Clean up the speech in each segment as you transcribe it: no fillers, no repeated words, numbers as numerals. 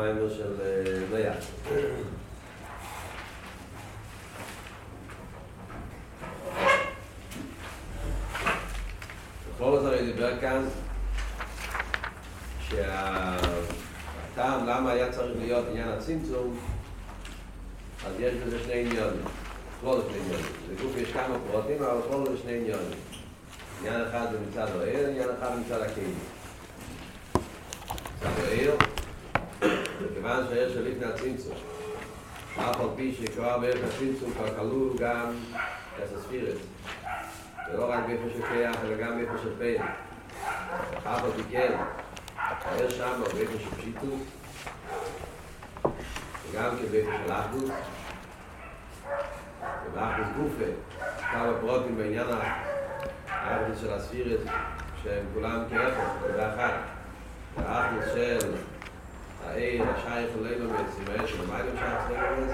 המיימר של לאה. בכל זאת הרי דיבר כאן שהטעם למה היה צריך להיות עניין הצמצום, אז יש בזה שני עניונים, לא שני עניונים. בגוף יש כמה פרוטים, אבל בכל זאת שני עניונים. עניין אחד זה מצד העיר, עניין אחד מצד הכלים. מצד העיר, מכיוון שהעיר של לפני הצמצום, אף על פי שכבר בערך הצמצום כבר כלול גם כסספירס. ולא רק באיפה של כיח, אלא גם באיפה של פן. אף על פי כן, העיר שם הוא באיפה של פשיטות, וגם באיפה של אחדות. ובאחדות גופה, כמה פרוטים בעניין האחדות של הספירס, שהם כולם כאחד, ובאחד. האחדות של העיר השייך לילומס, עם העיר של המיילים שייך לילומס,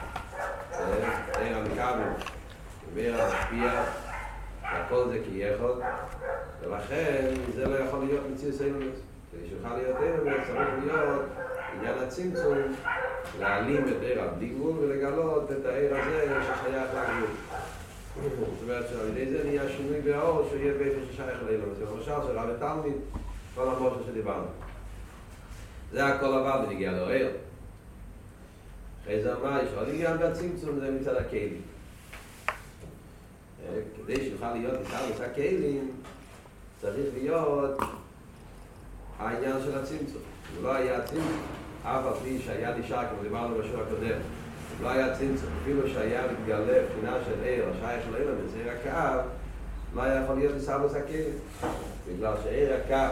העיר המקבל, ועיר המשפיע, והכל זה כיחד, ולכן זה לא יכול להיות מציאוס אילומס. כדי שיוכל להיות אילומס, צריך להיות עניין הצמצום, להעלים את עיר הבלי גבול ולגלות את העיר הזה ששייך לגבול. זאת אומרת שעל ידי זה נהיה שינוי באור שיהיה באיפה ששייך לאילומס. למשל של רבי תלמיד, כל המושל שדיברנו. זה הכל עבר ונגיע לעיר. אחרי זה אמר, יש עוד עניין בצמצום, זה מצד הכלים. כדי שיוכל להיות מצד הכלים, צריך להיות העניין של הצמצום. הוא לא היה צמצום, אף על פי שהיה נשאר, כמו דיברנו בשיעור הקודם, הוא לא היה צמצום, אפילו שהיה מתגלה בחינה של עיר, השייך של עיר, בצעיר הקו, לא היה יכול להיות מסבוס הכלים. בגלל שעיר הקו,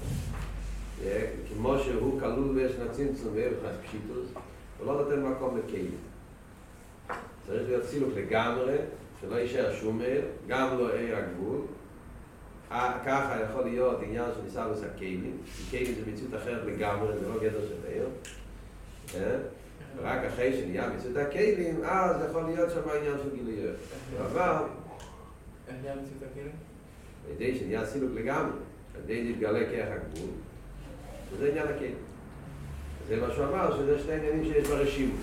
כמו שהוא כלול ויש הצמצום ועיר פשיטוס, הוא לא נותן מקום לכלים. צריך להיות סילוק לגמרי, שלא יישאר שום עיר, גם לא עיר הגבול. ככה יכול להיות עניין של מסבוס הכלים, כי כלים זה מציאות אחרת לגמרי, זה לא גדר של עיר. ורק אחרי שנהיה מציאות הכלים, אז יכול להיות שם העניין של גילוי עיר. אבל... איך נהיה מציאות הכלים? בידי שנהיה סילוק לגמרי, בידי להתגלה כרך הגבול, וזה עניין הכלים. זה מה שהוא אמר, שזה שני עניינים שיש ברשימו.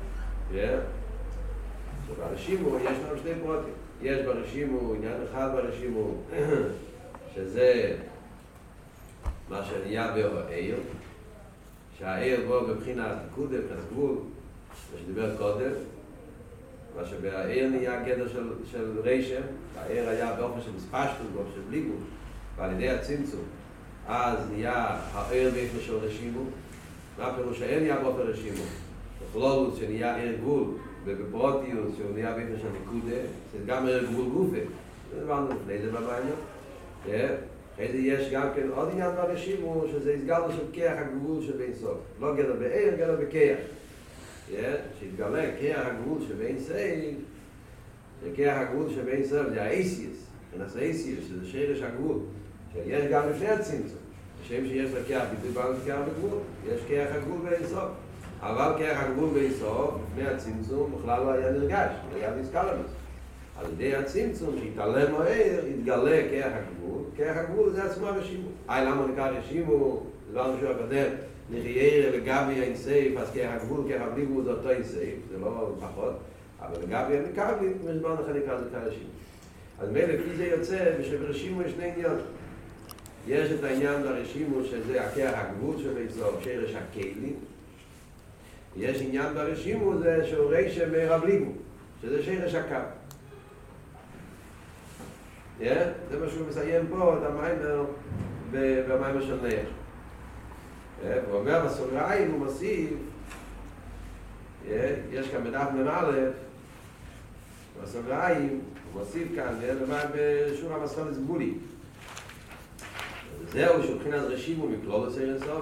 ברשימו יש לנו שני פרוטים. יש ברשימו, עניין אחד ברשימו, שזה מה שנהיה באור העיר, שהעיר בו בבחינת נקודה, בבחינת גבול, מה שדיבר קודם, מה שבעיר נהיה גדר של רשם, העיר היה באופן של מספשטות, באופן של בלי גבול, ועל ידי הצמצום, אז נהיה העיר באופן של רשימו. מה פירוש העיר נהיה באופן רשימו? בכללות שנהיה עיר גבול, ובפרוטיות שהוא נהיה באופן של נקודה, זה גם עיר גבול גופה. זה דברנו לפני זה במים. אחרי זה יש גם כן עוד עניין ברשימו, שזה הסגלנו של כיח הגבול של בין סוף. לא גדר בעיר, גדר בכיח. שהתגלה כיח הגבול של בין סוף, שכיח הגבול של בין סוף זה האיסיוס, כנס האיסיוס, שזה שרש הגבול, שיש גם לפני הצמצום. כשם שיש לכיח ביטוי בעל כיח בגבול, יש כיח הגבול בין סוף. אבל כיח הגבול בין סוף, לפני הצמצום, בכלל לא היה נרגש, לא היה נזכלמוס. על ידי הצמצום שהתעלם העיר, התגלה כיח הגבול. כיח הגבול זה עצמו הרשימו. למה נקרא רשימו? דבר משהו הקודם. נחייר לגבי האינסייף, אז כיח הגבול, כיח הבלי גבול זה אותו אינסייף, זה לא פחות. אבל לגבי המקבלים, משבר נקרא זה כרשימו. אז מילא, לפי זה יוצא, ושברשימו יש שני עניין. יש את העניין ברשימו שזה הכיח הגבול שבאצלו, שרש הכלים. יש עניין ברשימו זה שהוא רשם רבליגו, שזה שרש הקו. זה מה שהוא מסיים פה, את המיימר במיימר של נאר. הוא אומר בסוגריים, הוא מוסיף, יש כאן בדף מ"א, בסוגריים, הוא מוסיף כאן, בשור המסכונת גבולי. זהו שבחינת רשימו מכלול עשר אינסוף.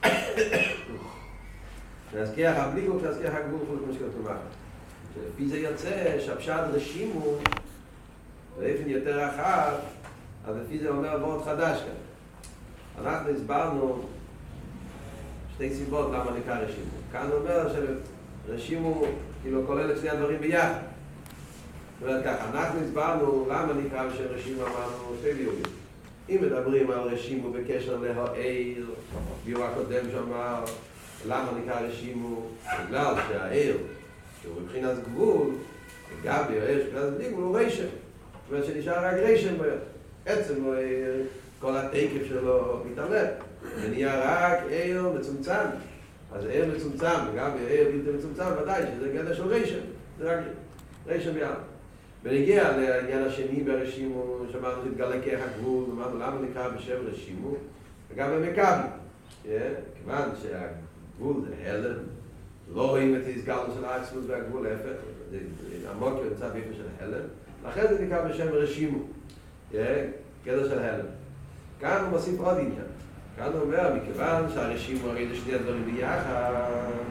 שנזכיח הבליקו, שנזכיח הגבול חלק משכתו מאחר. שלפי זה יוצא שהפשט רשימו, באופן יותר רחב, אז לפי זה אומר וורט חדש כאן. אנחנו הסברנו שתי סיבות למה נקרא רשימו. כאן הוא אומר שרשימו כאילו כולל את שני הדברים ביחד. זאת אומרת ככה, אנחנו הסברנו למה נקרא בשם רשימו, אמרנו שתי ביורים. אם מדברים על רשימו בקשר להעיר, ביור הקודם שאמר למה נקרא רשימו? בגלל שהעיר, שהוא מבחינת גבול, גבי, העיר שבחינת גבול, הוא רשם. זאת אומרת שנשאר רק רשם בעיר. עצם כל התקף שלו מתעלם. ונהיה רק עיר מצומצם. אז עיר מצומצם, גם עיר בלתי מצומצם, ודאי שזה גדר של רשם. זה רק רשם בים. ונגיע לעניין השני ברשימו, שאמרנו שהתגלה כהגבול, אמרנו למה נקרא בשם רשימו, וגם במכבי. כיוון שהגבול זה הלם, לא רואים את ההסגלות של העצמות והגבול, להפך, זה עמוק ונמצא באיפה של הלם, לכן זה נקרא בשם רשימו, גדר של הלם. כאן הוא מוסיף עוד עניין. כאן הוא אומר, מכיוון שהרשימו הרי זה שני הדברים ביחד,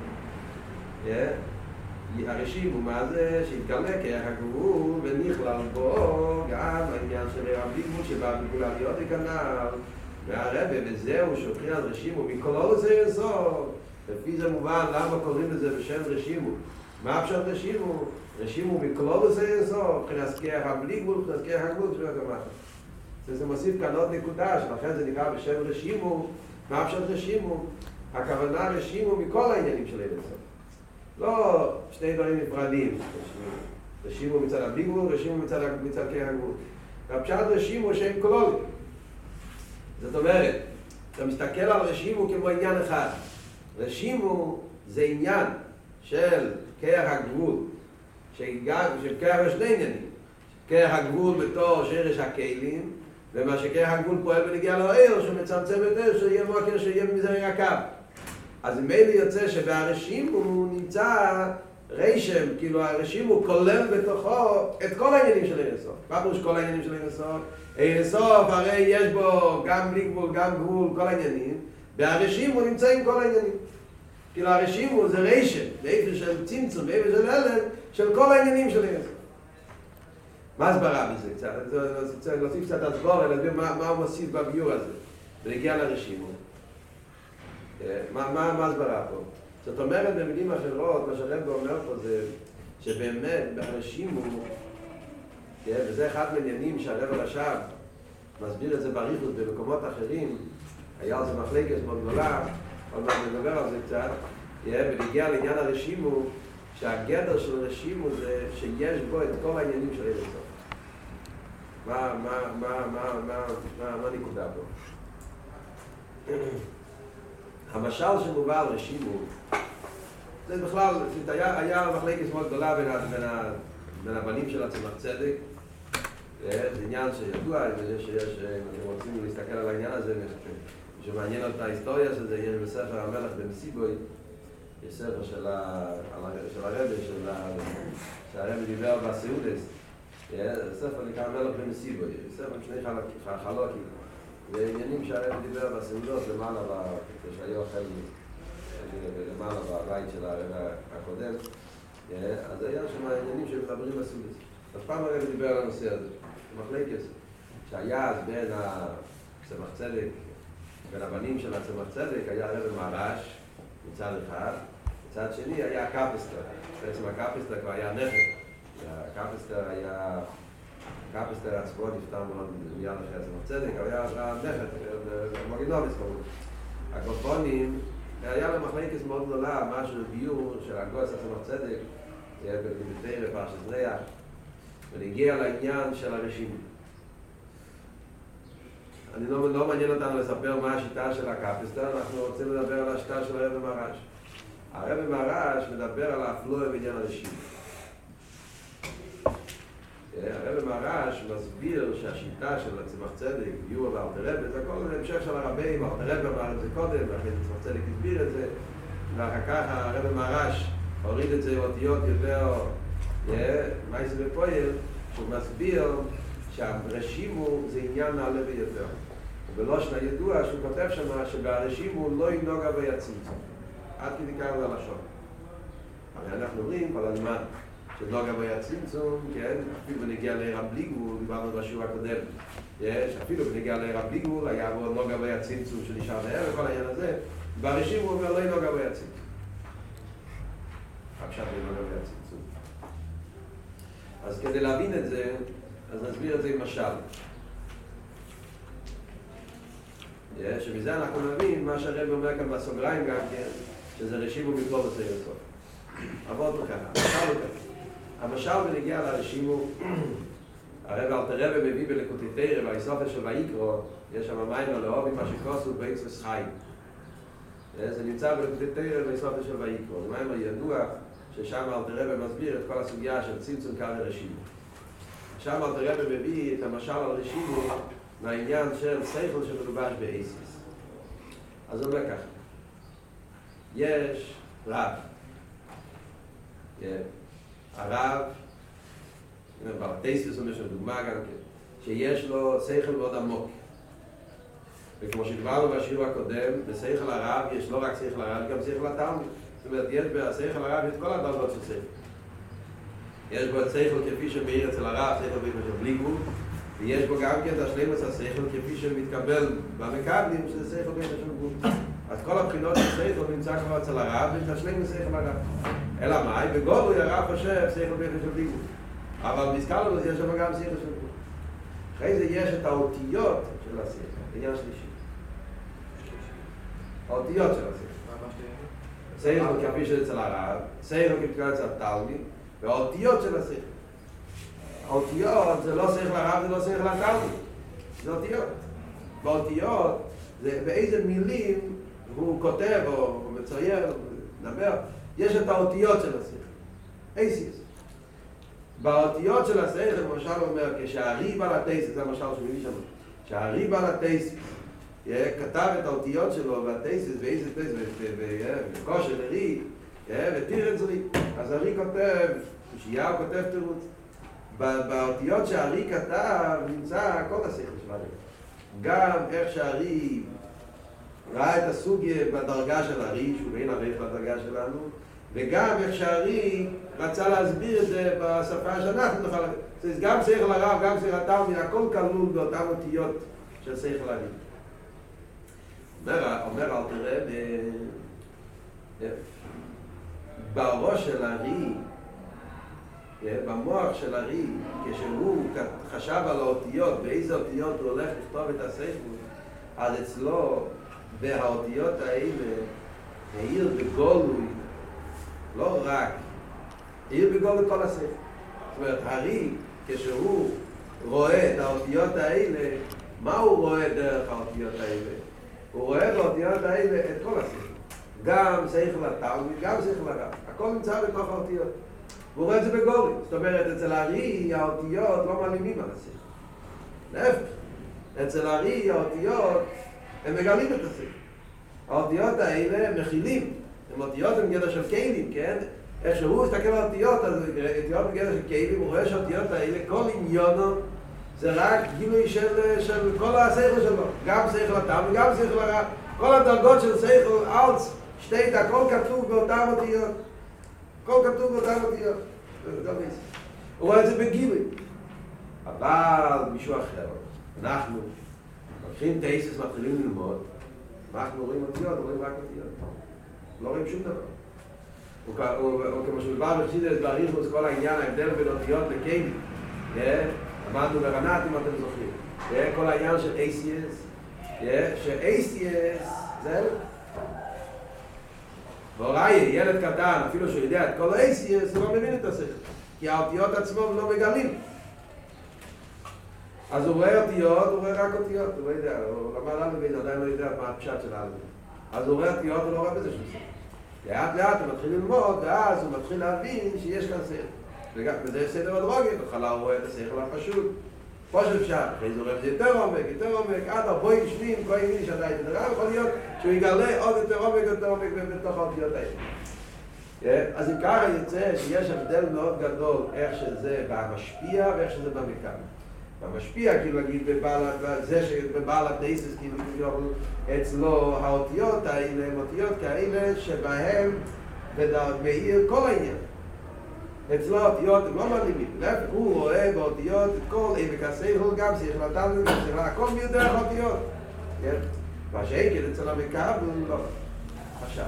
הרשימו מה זה? שהתגלה כהגבול ונכלל בו גם העניין של רבי גבול שבא בגבול עליות וכנ"ל, והרבי וזהו שבחינת רשימו מכל זה אינסוף. לפי זה מובן למה קוראים לזה בשם רשימו. מה אפשר רשימו? רשימו מכל זה אינסוף, מבחינת כהבלי גבול, מבחינת כהגבול של הגמרא. זה מוסיף כאן עוד נקודה, שלכן זה נקרא בשם רשימו. מה אפשר רשימו? הכוונה רשימו מכל העניינים של אינסוף. לא שני דברים נפרדים. רשימו מצד הבלי גבול, רשימו מצד כהגבול. והפשט רשימו שהם כלולים. זאת אומרת, אתה מסתכל על רשימו כמו עניין אחד. רשימו זה עניין של כרך הגבול, שכרך שני עניינים. כרך הגבול בתור שרש הכלים, ומה שכרך הגבול פועל ונגיע לעיר, שמצמצם את זה, שיהיה מוקר, שיהיה מזרעי הקו. אז מילא יוצא שבהרשימו נמצא רשם, כאילו הרשימו כולל בתוכו את כל העניינים של אינסוף. מה פירוש כל העניינים של אינסוף? אינסוף הרי יש בו גם בלי גבול, גם גבול, כל העניינים. בהרשימו נמצאים כל העניינים. כאילו הרשימו זה רשם, באיפה של צמצום, באיפה של הלם, של כל העניינים של אינסוף. מה הסברה בזה קצת? אני רוצה קצת הסבור, להסביר מה הוא מוסיף בביור הזה. ונגיע לרשימו. מה הסברה פה? זאת אומרת, במילים אחרות, מה שהרב אומר פה זה שבאמת ברשימו, וזה אחד מהעניינים שהרב הרש"ב מסביר את זה בריחוס במקומות אחרים, היה על זה מחלקת מאוד גדולה, עוד מעט נדבר על זה קצת, ונגיע לעניין הרשימו, שהגדר של רשימו זה שיש בו את כל העניינים של אינסוף. מה נקודה פה? המשל שמובא על רשימו, זה בכלל, היה מחלקת מאוד גדולה בין הבנים של הצמח צדק. זה עניין שידוע, אם אתם רוצים להסתכל על העניין הזה, שמעניין את ההיסטוריה של זה, יש בספר המלך במסיבוי, יש ספר של הרבי, שהרבי דיבר בסעודס, ספר נקרא המלך במסיבוי, ספר שני חלוקים. ועניינים שהרבי דיבר בסעודות למעלה, כשהיו אוכל למעלה בבית של הרבי הקודם, אז היה שם העניינים שמדברים בסעודות. אז פעם הרבי דיבר על הנושא הזה, מחלקת, שהיה אז בין הצמח צדק, בין הבנים של הצמח צדק, היה הרבי מרש מצד אחד, מצד שני היה הקפסטר. בעצם הקפסטר כבר היה נכד. הקפסטר היה... הקפסטר עצמו נפטר מאוד מיד אחרי הצמח צדק, אבל היה נכד, מוגינוביץ כמובן. הקופונים, היה לה מחלקת מאוד גדולה, משהו ביור של הגוס הצמח צדק, בתרא פרשת זרח, ונגיע לעניין של הרשימו. אני לא מעניין אותנו לספר מה השיטה של הקפסטר, אנחנו רוצים לדבר על השיטה של הרבי מרש. הרבי מרש מדבר על האפלואה בעניין הרשימו. הרבי מרש מסביר שהשיטה של הצמח צדק, ביור ואלתר רבי, זה הכל המשך של הרבים, אלתר רבי אמר את זה קודם, ואחרי הצמח צדק הסביר את זה, ואחר כך הרבי מרש הוריד את זה אותיות יותר מייס ופועל, שהוא מסביר שהרשימו זה עניין נעלה ביותר. ובלושן הידוע שהוא כותב שם שבהרשימו לא ינוגע ויצמצם. עד כדי כך זה הלשון. הרי אנחנו אומרים כל הזמן שנוגע ויצמצם, כן? אפילו בנגיע לעיר הבלי גבול, דיברנו בשיעור הקודם. אפילו בנגיע לעיר הבלי גבול היה בו נוגע ויצמצם שנשאר לעיר וכל העניין הזה. בהרשימו הוא אומר לא ינוגע ויצמצם. עכשיו לא נוגע ויצמצם. אז כדי להבין את זה, אז נסביר את זה עם משל. שמזה אנחנו נבין מה שהרב אומר כאן בסוגריים גם כן, שזה רשימו מכל בסדר סוף. עבור אותו ככה, המשל הוא ככה. המשל בנגיע לרשימו, הרב אלתר רבי מביא בליקוטי תורה, והאיסופיה של ויקרא, יש שם מיימר לאהוב מה שכוסו בעצמס חיים. זה נמצא בליקוטי תורה והאיסופיה של ויקרא. זה מיימר ידוע ששם אלתר רבי מסביר את כל הסוגיה של צמצום קו לרשימו. שם אלתר רבי מביא את המשל על רשימו מהעניין של שכל שמלובש באיסיס. אז הוא אומר ככה, יש רב, הרב, בלטייסטוס אומר שם דוגמה גם כן, שיש לו שכל מאוד עמוק. וכמו שדיברנו בשיעור הקודם, בשכל הרב יש לא רק שכל הרב, גם שכל התלמיד. זאת אומרת, יש בשכל הרב את כל הדרגות של שכל. יש בו את שכל כפי שמאיר אצל הרב, שכל בלי גבול, ויש בו גם כן את השלמות השכל כפי שמתקבל במקבלים, שזה שכל בלי גבול. אז כל הבחינות של שכל נמצא כבר אצל הרב, ואת השלמות שכל הרב. אלא מאי? בגודל הרב חושב שכל בלי גבול. אבל מזכר לנו יש שם גם שכל של גבול. אחרי זה יש את האותיות של השכל, עניין שלישי. האותיות של השכל. שכל כפי שאצל הרב, שכל כפי אצל התלמיד, והאותיות של השכל. האותיות זה לא שכל הרב, זה לא שכל התלמיד. זה אותיות. באותיות זה באיזה מילים הוא כותב או מצייר, מדבר. יש את האותיות של השכל. אייסיס. באותיות של השכל, למשל אומר, כשהריב על הטייסס, זה המשל שמביא שם, כשהריב על הטייסס כתב את האותיות שלו והטייסס ואיזה טייסס וכושר לריב ותירץ ריב, אז הריב כותב, ישעיהו כותב תירוץ. באותיות שהריב כתב נמצא כל השכל של הריב. גם איך שהריב ראה את הסוגיה בדרגה של הריב, שהוא בין הריב בדרגה שלנו, וגם איך שהרי רצה להסביר את זה בשפה שאנחנו נוכל... אז גם שכל הרב, גם שכל התלמיד, הכל כלול באותן אותיות של שכל הרי. אומר אלתר רבי, בראש של הרי, במוח של הרי, כשהוא חשב על האותיות, באיזה אותיות הוא הולך לכתוב את השכל, אז אצלו, באותיות האלה, העיר בגולוי, לא רק, העיר בגולוי כל השכל. זאת אומרת, הרי, כשהוא רואה את האותיות האלה, מה הוא רואה דרך האותיות האלה? הוא רואה באותיות האלה את כל השכל. גם שכל התלמיד, גם שכל הרב. הכל נמצא בתוך האותיות. והוא רואה את זה בגורי. זאת אומרת, אצל הרי האותיות לא מעלימים על השכל. להפך. אצל הרי האותיות הם מגלים את השכל. האותיות האלה מכילים. הם אותיות הם גדר של כלים, כן? איך שהוא מסתכל על האותיות, אז אותיות בגדר של כלים, הוא רואה שהאותיות האלה, כל עניונו, זה רק גילוי של כל השכל שלו. גם שכל התלמיד, גם שכל הרב. כל הדרגות של שכל, אלץ, שתית, הכל כתוב באותן אותיות. הכל כתוב באותן אותיות. הוא רואה את זה בגילוי. אבל מישהו אחר, אנחנו לוקחים טייסס, מתחילים ללמוד, אנחנו רואים אותיות, רואים רק אותיות. לא רואים שום דבר. או כמו שבא בחסידות באריכות, כל העניין, ההבדל בין אותיות לכלים. למדנו ברנת, אם אתם זוכרים. כל העניין של ACS, ש-ACS זה והוראי, ילד קטן, אפילו שהוא יודע את כל ה-ACS, הוא לא מבין את השכל. כי האותיות עצמם לא מגלים. אז הוא רואה אותיות, הוא רואה רק אותיות, הוא לא יודע, הוא למד אלמד, עדיין לא יודע מה הפשט של אלמד. אז הוא רואה אותיות, הוא לא רואה בזה שום שכל. לאט לאט הוא מתחיל ללמוד, ואז הוא מתחיל להבין שיש כאן שכל. וזה סדר הדרוגי, בהתחלה הוא רואה את השכל הפשוט. פה שאפשר, אחרי זה הוא רואה את זה יותר עומק, עד 40 שנים, כל ימין שעדיין תדרה, יכול להיות שהוא יגלה עוד יותר עומק בתוך האותיות האלה. אז אם ככה יוצא שיש הבדל מאוד גדול איך שזה במשפיע ואיך שזה במקם. במשפיע, כאילו להגיד, זה שבבעל הטייסס, כאילו אצלו האותיות האלה, הם אותיות כאלה שבהם מאיר כל העניין. אצלו האותיות הם לא מעלימים, להפך, הוא רואה באותיות את כל עמק השכל, גם שכל התלמיד, הכל מאיר דרך האותיות. מה שהקל אצל המקבל, לא. עכשיו.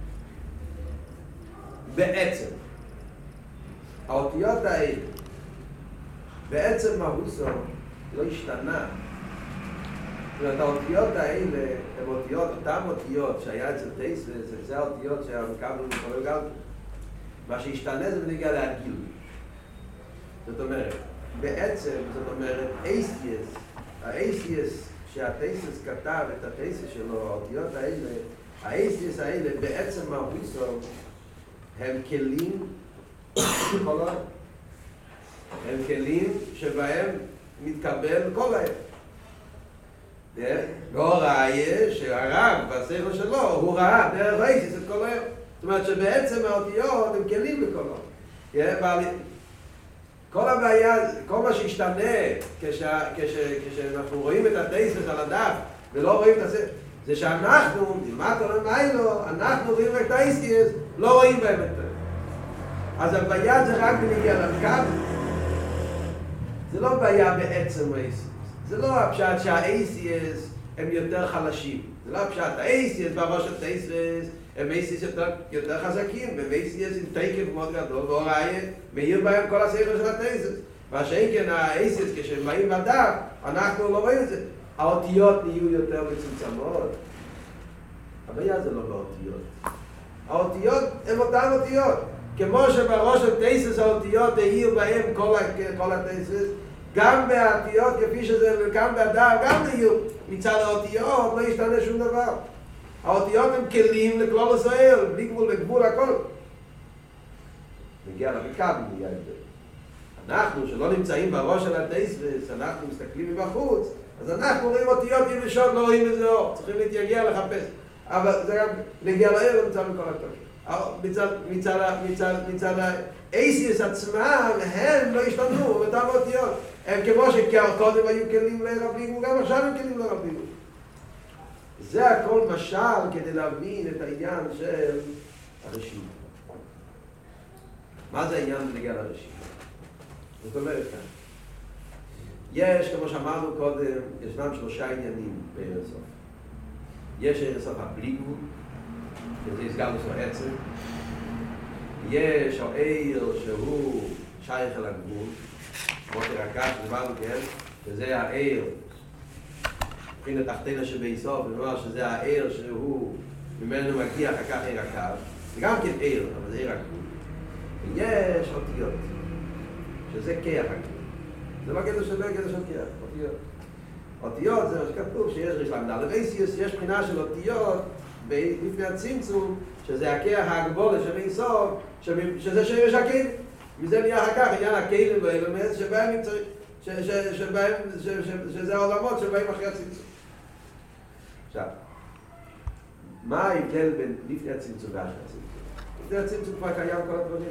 בעצם, האותיות האלה, בעצם מהוסו לא השתנה זאת אומרת, האותיות האלה הן אותיות, אותן אותיות שהיה אצל טייסס, זה האותיות שהמקבלים מחולל גלגל. מה שהשתנה זה בנגיע להגיל. זאת אומרת, בעצם, זאת אומרת, האייסיאס שהטייסס כתב את הטייסס שלו, האותיות האלה, האייסיאס האלה בעצם מהוויסו הם כלים כל העם. הם כלים שבהם מתקבל כל העם. לא ראיה שהרב בספר שלו הוא ראה דרך האייסיאס את כל העם. זאת אומרת שבעצם האותיות הם כלים לכל העם. כל הבעיה, כל מה שישתנה כשאנחנו רואים את הטייסס על הדף ולא רואים את הספר, זה שאנחנו, נלמד עולם מיילו, אנחנו רואים את האייסיאס, לא רואים בהם את זה. אז הבעיה זה רק בנגיע למקבל. זה לא בעיה בעצם האייסיאס. זה לא הפשט שהאייסיאס הם יותר חלשים. זה לא הפשט, האייסיאס בראש של טייסס הם אייסיאס יותר חזקים, הם אייסיאס עם תקף מאוד גדול, והוראי מאיר בהם כל הספר של הטייסס. מה שאין האייסיאס כשהם באים בדף, אנחנו לא רואים את זה. האותיות נהיו יותר מצומצמות. הבעיה זה לא באותיות. האותיות הן אותן אותיות. כמו שבראש של טייסס האותיות העיר בהם כל הטייסס, גם באותיות כפי שזה, גם בדף, גם נהיו מצד האותיות, לא ישתנה שום דבר. האותיות הם כלים לכלל ישראל, בלי גבול וגבול, הכל. נגיע למקבל, נגיע את זה. אנחנו, שלא נמצאים בראש של הטייסס, אנחנו מסתכלים מבחוץ, אז אנחנו רואים אותיות יבשות, לא רואים איזה אור, צריכים להתייגע לחפש. אבל זה גם נגיע לעיר ונמצא מכל הטוב. מצד האייסיאס עצמם, הם לא השתנו אותם אותיות. הם כמו שקודם היו כלים לרבים, וגם עכשיו הם כלים לרבים. זה הכל משל כדי להבין את העניין של הרשימה. מה זה העניין בנגיע לרשימה? זאת אומרת כאן. יש, כמו שאמרנו קודם, ישנם 3 עניינים בעיר הסוף. יש עיר הסוף הבלי גבול, שזה הסגר לסוף עצם. יש העיר שהוא שייך אל הגבול, כמו שרקש, דברנו כן, שזה העיר מבחינת תחתינה שבאיסוף, ונאמר שזה העיר שהוא ממנו מגיע אחר כך עיר הקו, זה גם כן עיר, אבל זה עיר הגבול. ויש אותיות, שזה כיח הגבול. זה לא גדר של כיח, אותיות. אותיות זה מה שכתוב שיש ריש למדל. לבייסיוס יש בחינה של אותיות לפני הצמצום, שזה הכיח הגבולה שבאיסוף, שזה שיש הכלים. מזה נהיה אחר כך עניין הכלים באלמנט שבהם נמצאים, שזה העולמות שבאים אחרי הצמצום. עכשיו, מה ההבדל בין לפני הצמצום ואחרי הצמצום? לפני הצמצום כבר קיים כל הדברים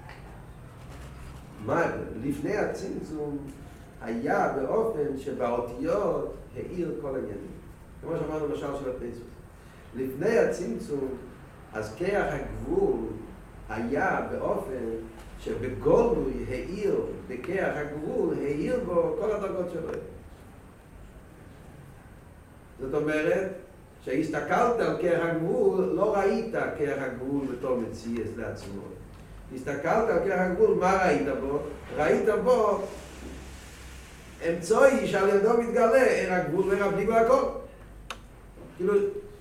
האלה. לפני הצמצום היה באופן שבאותיות העיר כל העניינים. כמו שאמרנו למשל של הטייסס. לפני הצמצום, אז כיח הגבול היה באופן שבגולוי העיר, בכיח הגבול, העיר בו כל הדרגות שלו. זאת אומרת, כשהסתכלת על כיח הגבול, לא ראית כיח הגבול בתור מציאס לעצמו. הסתכלת על כיח הגבול, מה ראית בו? ראית בו אמצעי שעל ידו מתגלה עיר הגבול ועיר הבלי והכל. כאילו,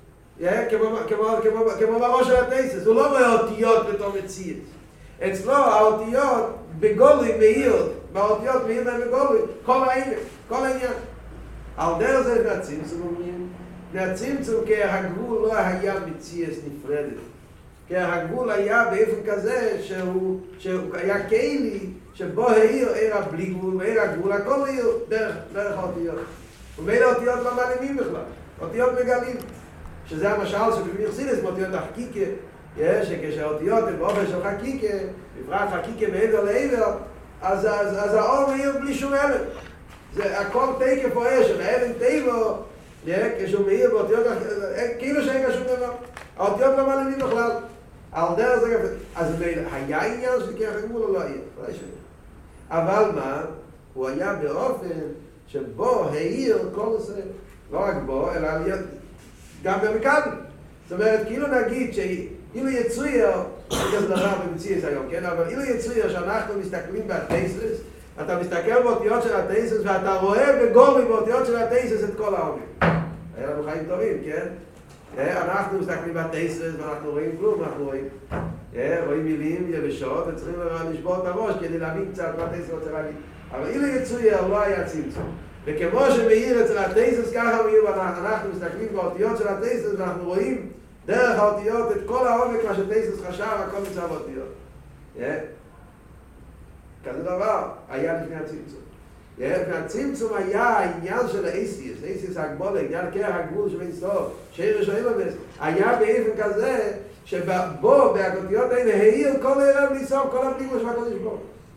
כמו בראש של הטייסס, הוא לא רואה אותיות בתור מציאס. אצלו האותיות בגולוי מאיר, באותיות מאיר בהם בגולוי, כל העניין. על דרך זה מהצמצום אומרים, מהצמצום כהגבול לא היה מציאס נפרדת. כהגבול היה באופן כזה שהוא היה כלי שבו העיר עיר הבלי גבול ועיר הגבול, הכל העיר דרך האותיות. ומאלה האותיות לא מעלימים בכלל, אותיות מגלים. שזה המשל שבמיר סילס מאותיות החקיקה, שכשהאותיות הן באופן של חקיקה, בפרט חקיקה מעבר לעבר, אז האור מאיר בלי שום אלם. זה הכל תקף או אש, והאלם טבע, כשהוא מאיר באותיות, כאילו שאין שום דבר. האותיות לא מעלימים בכלל. על דרך זה, אז היה עניין של כיח הגבול או לא היה? אבל מה? הוא היה באופן שבו העיר כל זה, לא רק בו, אלא גם במקבל. זאת אומרת, כאילו נגיד שאילו יצויר, זה דבר במציאס היום, כן? אבל אילו יצויר שאנחנו מסתכלים בטייסס, אתה מסתכל באותיות של הטייסס ואתה רואה בגורי באותיות של הטייסס את כל העומק. אין לנו חיים טובים, כן? אנחנו מסתכלים בתייסס ואנחנו רואים כלום, אנחנו רואים מילים יבשות וצריכים לשבור את הראש כדי להבין קצת מה התייסס רוצה להגיד. אבל אילו יצויר לא היה צמצום. וכמו שמאיר אצל התייסס ככה מאיר, אנחנו מסתכלים באותיות של התייסס ואנחנו רואים דרך האותיות את כל העומק מה שתייסס חשב, הכל נמצא באותיות. כזה דבר היה לפני הצמצום. והצמצום היה העניין של האסיס, האסיס הגבולה, עניין קרח הגבול שבין סוף, שרש האילומס, היה באופן כזה שבו, בהגותיות האלה, העיר כל הערב בלי סוף, כל הבליגו של הקודש בו.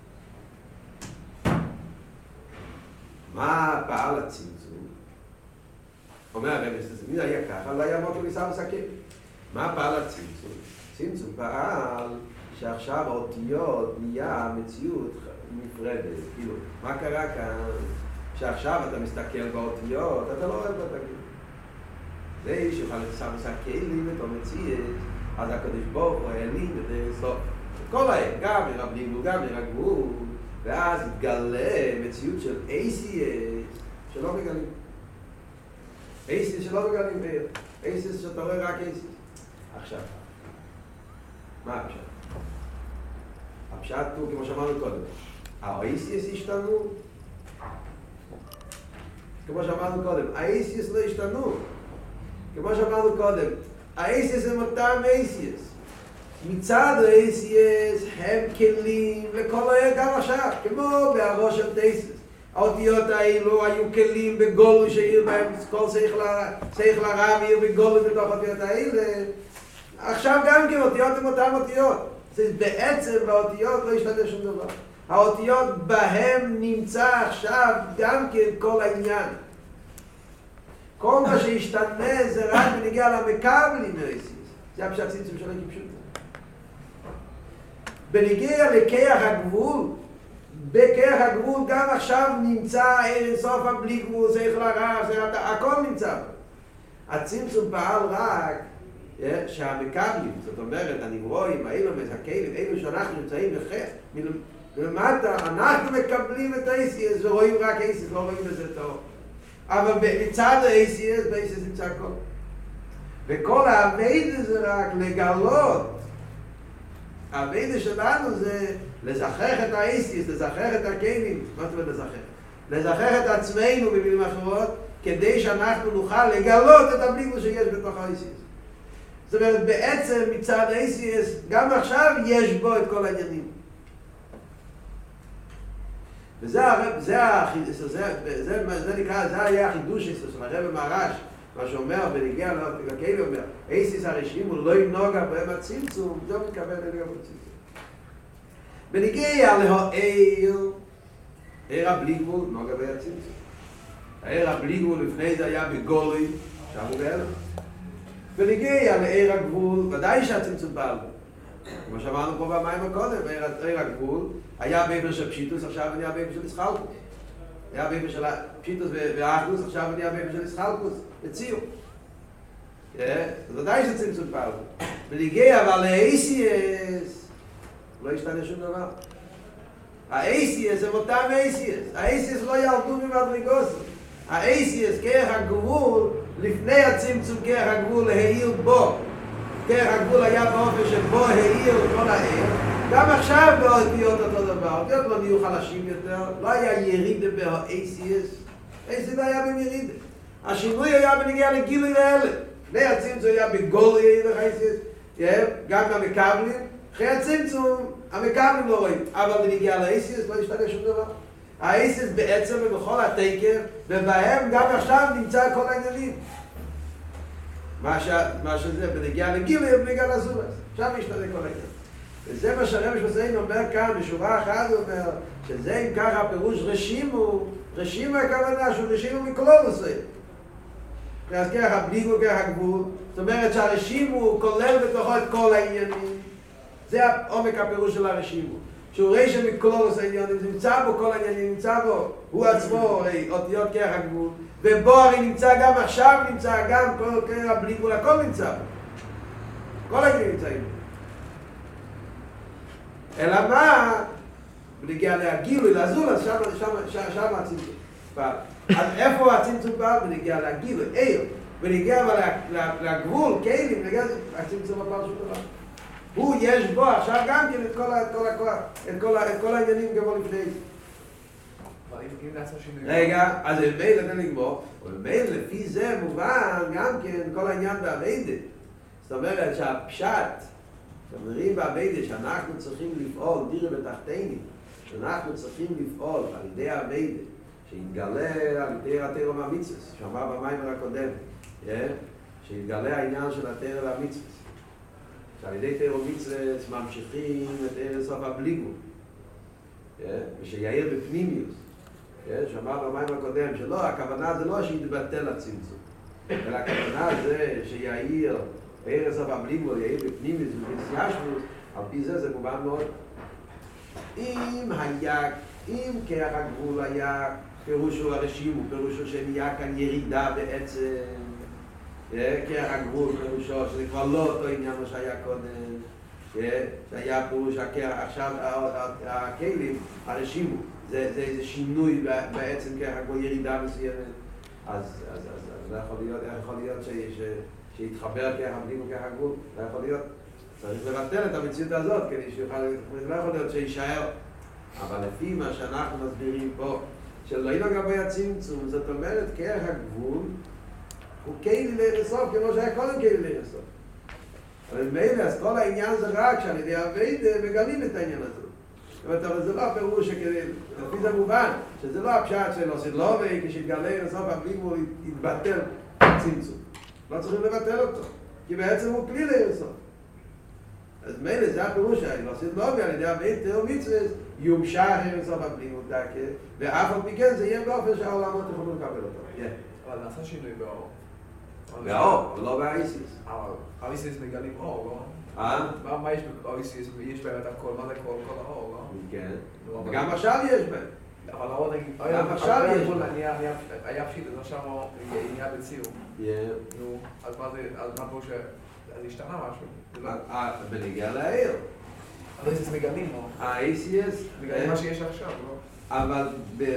מה פעל הצמצום? אומר הרב, מי היה ככה? לא היה מוטו ניסה מסכם. מה פעל הצמצום? צמצום פעל שעכשיו האותיות נהיה מציאות נפרדת, כאילו, מה קרה כאן? שעכשיו אתה מסתכל באותיות, אתה לא רואה אותה, זה שיוכל לסמס הכלים את המציאות, אז הקדוש ברוך הוא העלים בדרך סוף. כל העת, גם מרבנינו, גם מרגבו, ואז התגלה מציאות של ACS שלא מגלים. ACS שלא מגלים בעיר. ACS שאתה רואה רק ACS. עכשיו. מה הפשט? הפשט הוא כמו שאמרנו קודם. ה-ACS השתנו. כמו שאמרנו קודם. ה-ACS לא השתנו. כמו שאמרנו קודם. ה-ACS הם אותם ACS. מצד ה-ACS הם כלים לכל העיר גם עכשיו. כמו בהראש של טייסס. האותיות האלו היו כלים בגולו שעיר בהם כל שכל הרב עיר בגולו בתוך האותיות האלה. עכשיו גם כן אותיות הם אותם אותיות. בעצם באותיות לא ישתנה שום דבר. האותיות בהם נמצא עכשיו גם כן כל העניין. כל מה שישתנה זה רק בנגיע למקבלים מהאסיס. זה הפשט צמצום שלו כפשוט. בנגיע לכיח הגבול, בכיח הגבול גם עכשיו נמצא אין סוף הבלי גבול, שכל הרב, הכל נמצא. הצמצום פעל רק שהמקבלים, זאת אומרת, הנברואים, האילומס, הכלים, אלו שאנחנו נמצאים מלמטה, אנחנו מקבלים את האסיס ורואים רק האסיס, לא רואים בזה טוב. אבל מצד האסיס, באסיס נמצא הכל. וכל העבודה זה רק לגלות. העבודה שלנו זה לזכח את האסיס, לזכח את הכלים. מה זאת אומרת לזכח? לזכח את עצמנו במילים אחרות, כדי שאנחנו נוכל לגלות את הבליגות שיש בתוך האסיס. זאת אומרת, בעצם מצד ACS, גם עכשיו יש בו את כל העניינים. וזה נקרא, זה היה החידוש של הרב מהר"ש, מה שאומר, בנגיע לכלי אומר, ACS הרשעים הוא לא ינוגע בהם הצמצום, זה מתכוון לנגע בצמצום. בנגיע להעיר, עיר הבליגבול נוגע בהם הצמצום. העיר הבליגבול לפני זה היה בגולי, עכשיו הוא בהלם. ונגיע לעיר הגבול, ודאי שהצמצום פעל. כמו שאמרנו פה במים הקודם, עיר הגבול היה באיבר של פשיטוס, עכשיו נהיה באיבר של ישחלקוס. היה באיבר של פשיטוס ואחדוס, עכשיו נהיה באיבר של ישחלקוס, לציור. ודאי שהצמצום פעל. ונגיע אבל ל-ACS, לא ישתנה שום דבר. ה-ACS הם אותם ACS. ה-ACS לא ירדו ממדרגות. ה-ACS כרך הגבול, לפני הצמצום כרך הגבול העיר בו. כרך הגבול היה באופן שבו העיר כל העיר. גם עכשיו באותיות אותו דבר. האותיות לא נהיו חלשים יותר. לא היה ירידה ב-ACS. ACS לא היה בירידה. השינוי היה בנגיע לגילוי לאלה. לפני הצמצום היה בגולי העיר ה-ACS. גם המקבלים. אחרי הצמצום, המקבלים לא רואים. אבל בנגיע ל-ACS לא ישתנה שום דבר. האסיס בעצם ובכל התקר, ובהם גם עכשיו נמצא כל העניינים. מה שזה, בנגיע לגילוי ובנגיע לזורס. עכשיו ישתנה כל העניין. וזה מה שהרב שמסעים אומר כאן, בשורה אחת הוא אומר, שזה אם ככה הפירוש רשימו, רשימו הכוונה שהוא רשימו מקלולוסי. אז ככה בליגו ככה גבול, זאת אומרת שהרשימו כולל בתוכו את כל העניינים. זה עומק הפירוש של הרשימו. שהוא רשם מקלולוס העניינים, זה נמצא בו כל העניינים, נמצא בו, הוא עצמו, הרי אותיות כרך הגבול, ובו הרי נמצא גם עכשיו, נמצא גם כל כרך הבליגול, הכל נמצא בו. כל העניינים נמצאים בו. אלא מה? בנגיע להגילוי, לזול, שם הצמצום פעל. אז איפה הצמצום פעל? בנגיע להגילוי, עיר. ונגיע אבל לגבול, כלים, נגיע הצמצום הפעם שום דבר. הוא יש בו עכשיו גם כן את כל העניינים כמו לפני. אבל אם נעשה שינוי... רגע, אז מייל נתן לגמור, ומייל לפי זה מובן גם כן כל העניין בעבודה. זאת אומרת שהפשט, שאומרים בעבודה שאנחנו צריכים לפעול דירה בתחתינו, שאנחנו צריכים לפעול על ידי העבודה, שיתגלה על ידי התורה והמצוות, שאמר במיימר הקודם, שיתגלה העניין של התורה והמצוות. שעל ידי תורה ומצוות ממשיכים את ערב סוף הבליגות, ושיעיר בפנימיוס. שאמר במיימר הקודם שלא, הכוונה זה לא שיתבטל הצמצום, אלא הכוונה זה שיעיר ערב סוף הבליגות, יעיר בפנימיוס ובנסיאשמוס, על פי זה מובן מאוד. אם כרך הגבול היה פירושו הרשימו, פירושו שנהיה כאן ירידה בעצם, כרך הגבול פירושו שזה כבר לא אותו עניין מה שהיה קודם, שהיה פירוש הכרך, עכשיו הכלים, הרשימו, זה איזה שינוי בעצם כרך הגבול, ירידה מסוימת, אז לא יכול להיות שיתחבר כרך הבלים וכרך הגבול, לא יכול להיות, צריך לבטל את המציאות הזאת כדי שיוכל, לא יכול להיות שישאר, אבל לפי מה שאנחנו מסבירים פה, שלא יהיה לגבי הצמצום, זאת אומרת, כרך הגבול הוא כלי לסוף, כמו שהיה קודם כלי לסוף. אבל מילא, אז כל העניין זה רק שעל ידי העבודה מגלים את העניין הזה. זאת אומרת, אבל זה לא הפירוש שכדי, לפי זה מובן, שזה לא הפשט של הסילובי, כשהתגלה לסוף הבלים הוא יתבטל צמצום. לא צריכים לבטל אותו, כי בעצם הוא כלי לסוף. אז מילא זה הפירוש שהסילובי על ידי העבודה ומצוות יומשך לסוף הבלים דקה, ואף על פי כן זה יהיה באופן שהעולמות יכולו לקבל אותו. אבל נעשה שינוי באור. באור, ולא באיסיס. האיסיס מגלים אור, לא? מה יש באיסיס? יש בהם את הכל, מה זה כל האור, לא? כן. וגם עכשיו יש בהם. אבל האור נגיד... גם עכשיו יש בהם. היה פשיט, אז עכשיו הוא נהיה בציור. נו, אז מה פה אז השתנה משהו? בנגיע לעיר. האיסיס מגלים, לא? האיסיס... מגלים מה שיש עכשיו, לא? אבל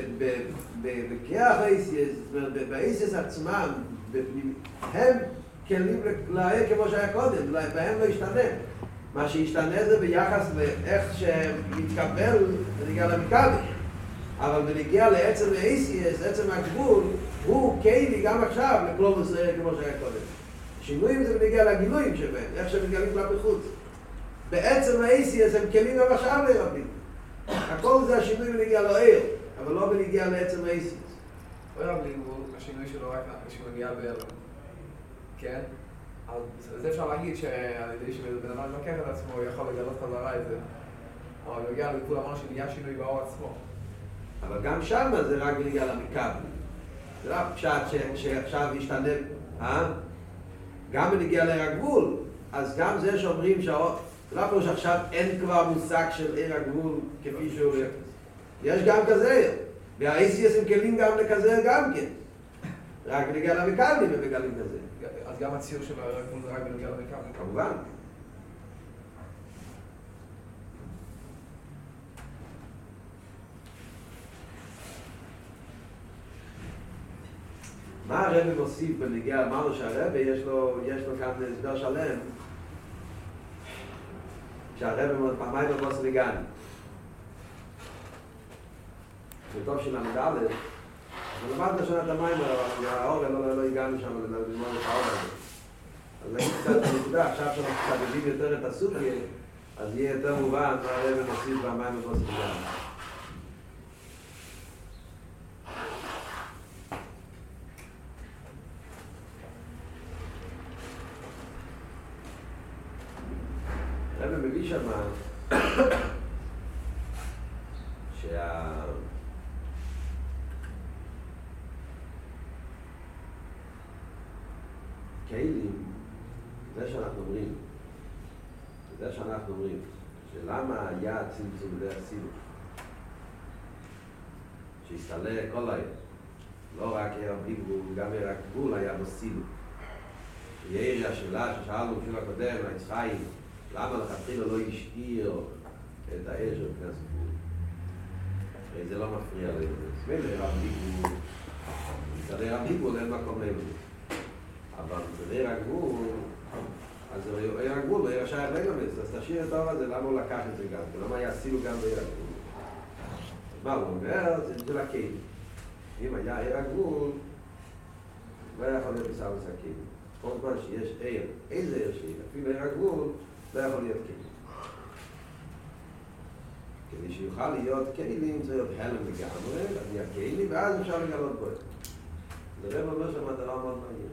בכרך האיסיס, באיסיס עצמם, הם כלים לעיר כמו שהיה קודם, בהם לא ישתנה. מה שישתנה זה ביחס לאיך שמתקבל בנגיע למקבל. אבל בנגיע לעצם האיסיס, עצם הגבול, הוא כלי גם עכשיו לכלום ישראל כמו שהיה קודם. שינויים זה בנגיע לגילויים שבהם, איך שהם מתגלים כלפי חוץ. בעצם האיסיס הם כלים גם עכשיו לרבים. הכל זה השינוי בנגיע לעיר, אבל לא בנגיע לעצם האיסיס. אוהב לי הוא השינוי שלו רק כשהוא מגיע בערב. כן? אז אפשר להגיד שעל ידי שבן אדם מבקר את עצמו הוא יכול לגלות חזרה את זה. אבל בנגיע לגבול אמרנו שנהיה שינוי באור עצמו. אבל גם שם זה רק בנגיע למקבל. זה לא פשט שעכשיו ישתנה, גם בנגיע לעיר הגבול, אז גם זה שאומרים זה לא פירוש שעכשיו אין כבר מושג של עיר הגבול כפי שהוא יש גם כזה, והאיסיס הם כלים גם לכזה גם כן. רק בנגיע למקבלים הם מגלים כזה. אז גם הציור של העיר הגבול זה רק בנגיע למקבלים? כמובן. מה הרב מוסיף בנגיע? אמרנו שהרב יש לו כאן הסבר שלם שהרב פעמיים במוס לגני. בטוב של עמד א', אבל למד לשון את המים, אבל האור לא הגענו שם ללמוד את האור הזה. אז נגיד קצת בנקודה, עכשיו שאנחנו קצת יודעים יותר את הסוגיה, אז יהיה יותר מובן מה הרב מוסיף פעמיים במוס לגני. הרב מביא שם כלים, זה שאנחנו אומרים, שלמה היה צמצום בדרך סילוק, שהסתלה כל העיר, לא רק עיר הבליגבול, גם עיר הגבול היה בו סילוק. שיהיה השאלה ששאלנו בשביל הקודם, היצחיים, למה לכתחילה לא השאיר את העיר של כנס גבול? הרי זה לא מפריע לנו. סביב עיר הבליגבול, מצד עיר הבליגבול אין מקום לב. אבל זה עיר הגבול, אז עיר הגבול, עיר השייך לגמס, אז תשאיר את האור הזה, למה הוא לקח את זה גם? למה יעשילו גם בעיר הגבול? מה הוא אומר? זה בשביל הכלים. אם היה עיר הגבול, לא יכול להיות מסע וסכים. כל זמן שיש עיר, איזה עיר שהיא, אפילו עיר הגבול, לא יכול להיות כלים. כדי שיוכל להיות כלים, צריך להיות הלם לגמרי, אז נהיה כלים, ואז אפשר לגלות בו. זה רב אומר שם דבר מאוד מעניין.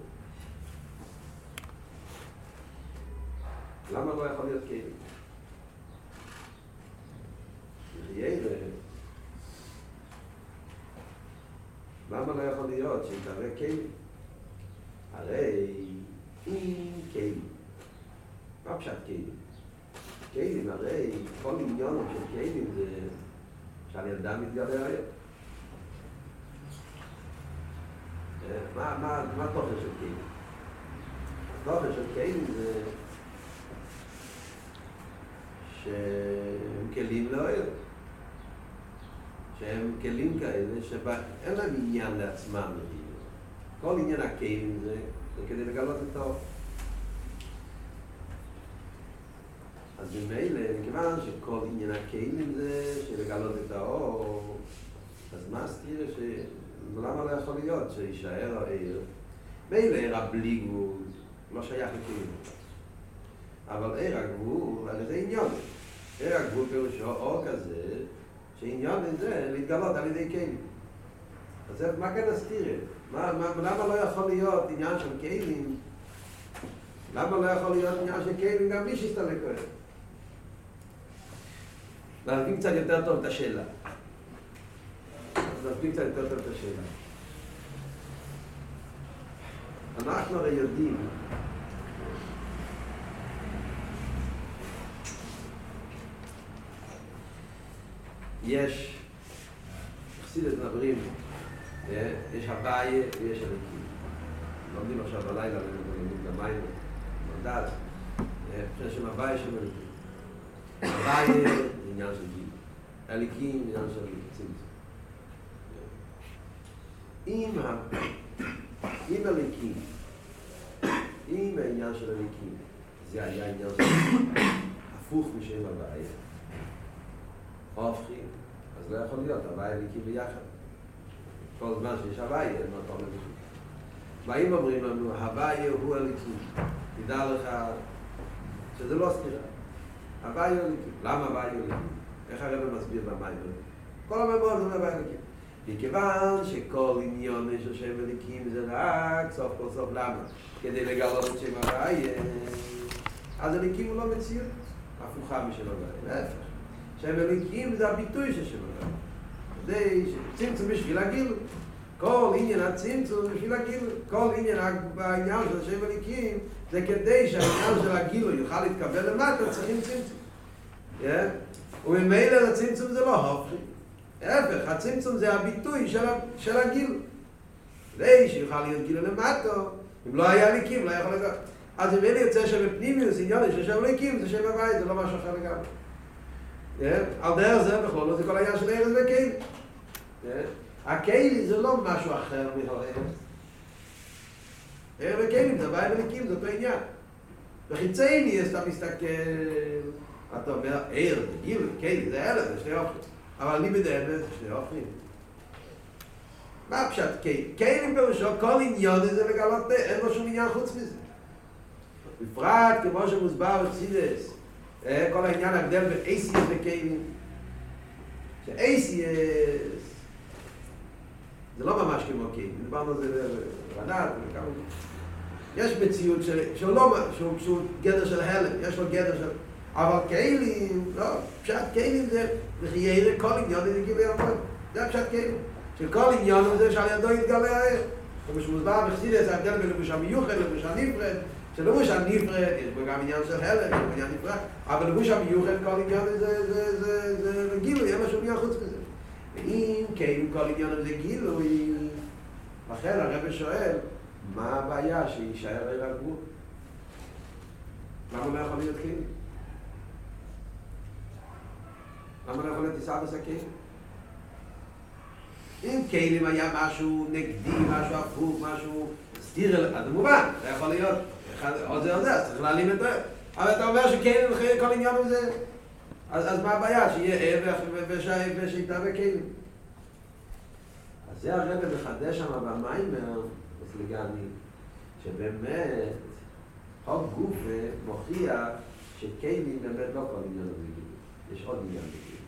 למה לא יכול להיות כלים? למה לא יכול להיות שיתהווה כלים? הרי אם כלים, מה פשט כלים? כלים, הרי כל עניון של כלים זה שעל ידם מתגלה היום. מה התוכן של כלים? התוכן של כלים זה שהם כלים לאויר. שהם כלים כאלה שאין להם עניין לעצמם. כל עניין הכלים זה כדי לגלות את האור. אז במילא, מכיוון שכל עניין הכלים זה שלגלות את האור, אז מה הסתיר למה לא יכול להיות שישאר העיר? מילא עיר הבלי גבול לא שייך לכלים. אבל עיר הגבול, הרי זה עניין. עיר הגבול פירושו אור כזה, שעניין זה להתגלות על ידי כלים. אז מה כאן הסתיר? למה לא יכול להיות עניין של כלים? למה לא יכול להיות עניין של כלים גם בלי שיסתלק כהן? להבין קצת יותר טוב את השאלה. להבין קצת יותר טוב את השאלה. אנחנו הרי יודעים יש חסידות מדברים, יש הוויה ויש הליקים. לומדים עכשיו בלילה, לומדים במים, מנדל, יש שם הוויה של הליקים. הוויה זה עניין של גיל, הליקים זה עניין של צמצום. אם הליקים, אם העניין של הליקים, זה היה עניין של הפוך משם הוויה, הופכים, אז לא יכול להיות, הוויה הליקים ביחד. כל זמן שיש הוויה, אין מה פעם לבישהו. והאם אומרים לנו, הוויה הוא הליקים, תדע לך שזה לא סתירה. הוויה הוא הליקים. למה הוויה הוא הליקים? איך הרב מסביר במים? כל הממור זה הוויה הליקים. מכיוון שכל עניון של שם הליקים זה רק סוף כל סוף למה? כדי לגלות את שם הוויה, אז הליקים הוא לא מציאות, הפוכה משל הוויה, להפך. שם הליקים זה הביטוי של שם הוויה. זה צמצום בשביל הגיל. כל עניין הצמצום בשביל הגיל. כל העניין של שם הליקים זה כדי שהעניין של הגיל יוכל להתקבל למטה, צריכים צמצום. וממילא לצמצום זה לא הופכים. להפך, הצמצום זה הביטוי של הגיל. כדי שיוכל להיות גיל למטה, אם לא היה ליקים, לא יכול לגמרי. אז אם אלה יוצא שבפנימיוס עניון של שם הליקים, זה שם הוויה, זה לא משהו אחר לגמרי. על דרך זה בכלול, זה כל העניין של ארז וכלים. הכלים זה לא משהו אחר מהארז. ארז וכלים זה הוויה וליקים, זה אותו עניין. בחיצייני אתה מסתכל, אתה אומר, ארז, גיל, כלים, זה ארז, זה שני אופנים. אבל אני בדרך זה שני אופנים. מה פשט כלים? כלים פירושו, כל עניין זה לגלות, אין לו שום עניין חוץ מזה. בפרט, כמו שמוסבר בחסידות, כל העניין ההבדל בין אייסיס וכלים. שאייסיס זה לא ממש כמו כלים, דיברנו על זה ברנת וכמה. יש מציאות שהוא גדר של הלם, יש לו גדר של... אבל כלים, לא, פשט כלים זה לחיירה כל עניין זה גילי המון. זה פשט כלים. שכל עניין זה שעל ידו יתגלה הער. כמו שמוסבר בחסידות, זה ההבדל בין לבוש המיוחד, לבוש הנפרד. שלבוש הנפרד, יש בו גם עניין של הלם, יש בו עניין נפרד, אבל לבוש המיוחד כל עניין זה גילוי, אין משהו עניין חוץ מזה. ואם כן, כל עניין זה גילוי, לכן הרב שואל, מה הבעיה שישאר עיר הגבול? למה לא יכול להיות כלים? למה לא יכול להיות עיסאוויס הכלים? אם כלים היה משהו נגדי, משהו הפוך, משהו סתיר, אז מובן, זה יכול להיות, עוד זה או זה, אז צריך להעלים את זה. אבל אתה אומר שכלים, כל עניין הוא זה, אז מה הבעיה? שיהיה ער ושיתהווה כלים. אז זה הרב מחדש שם במיימר, אצלגני, שבאמת, חוק גוף מוכיח שכלים באמת לא כל עניין הוא. יש עוד עניין בגיל.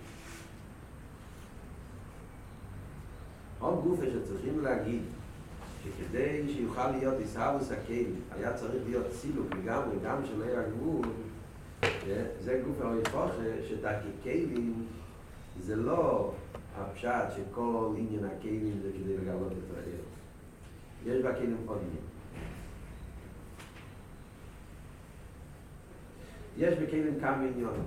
חוק גוף שצריכים להגיד שכדי שיוכל להיות איסהבוס הכלים, היה צריך להיות סילוק לגמרי, גם של עיר הגבול, זה גוף ההפוך שדרכי כלים זה לא הפשט שכל עניין הכלים זה כדי לגלות את העיר. יש בכלים עוד עניין. יש בכלים כמה עניונים.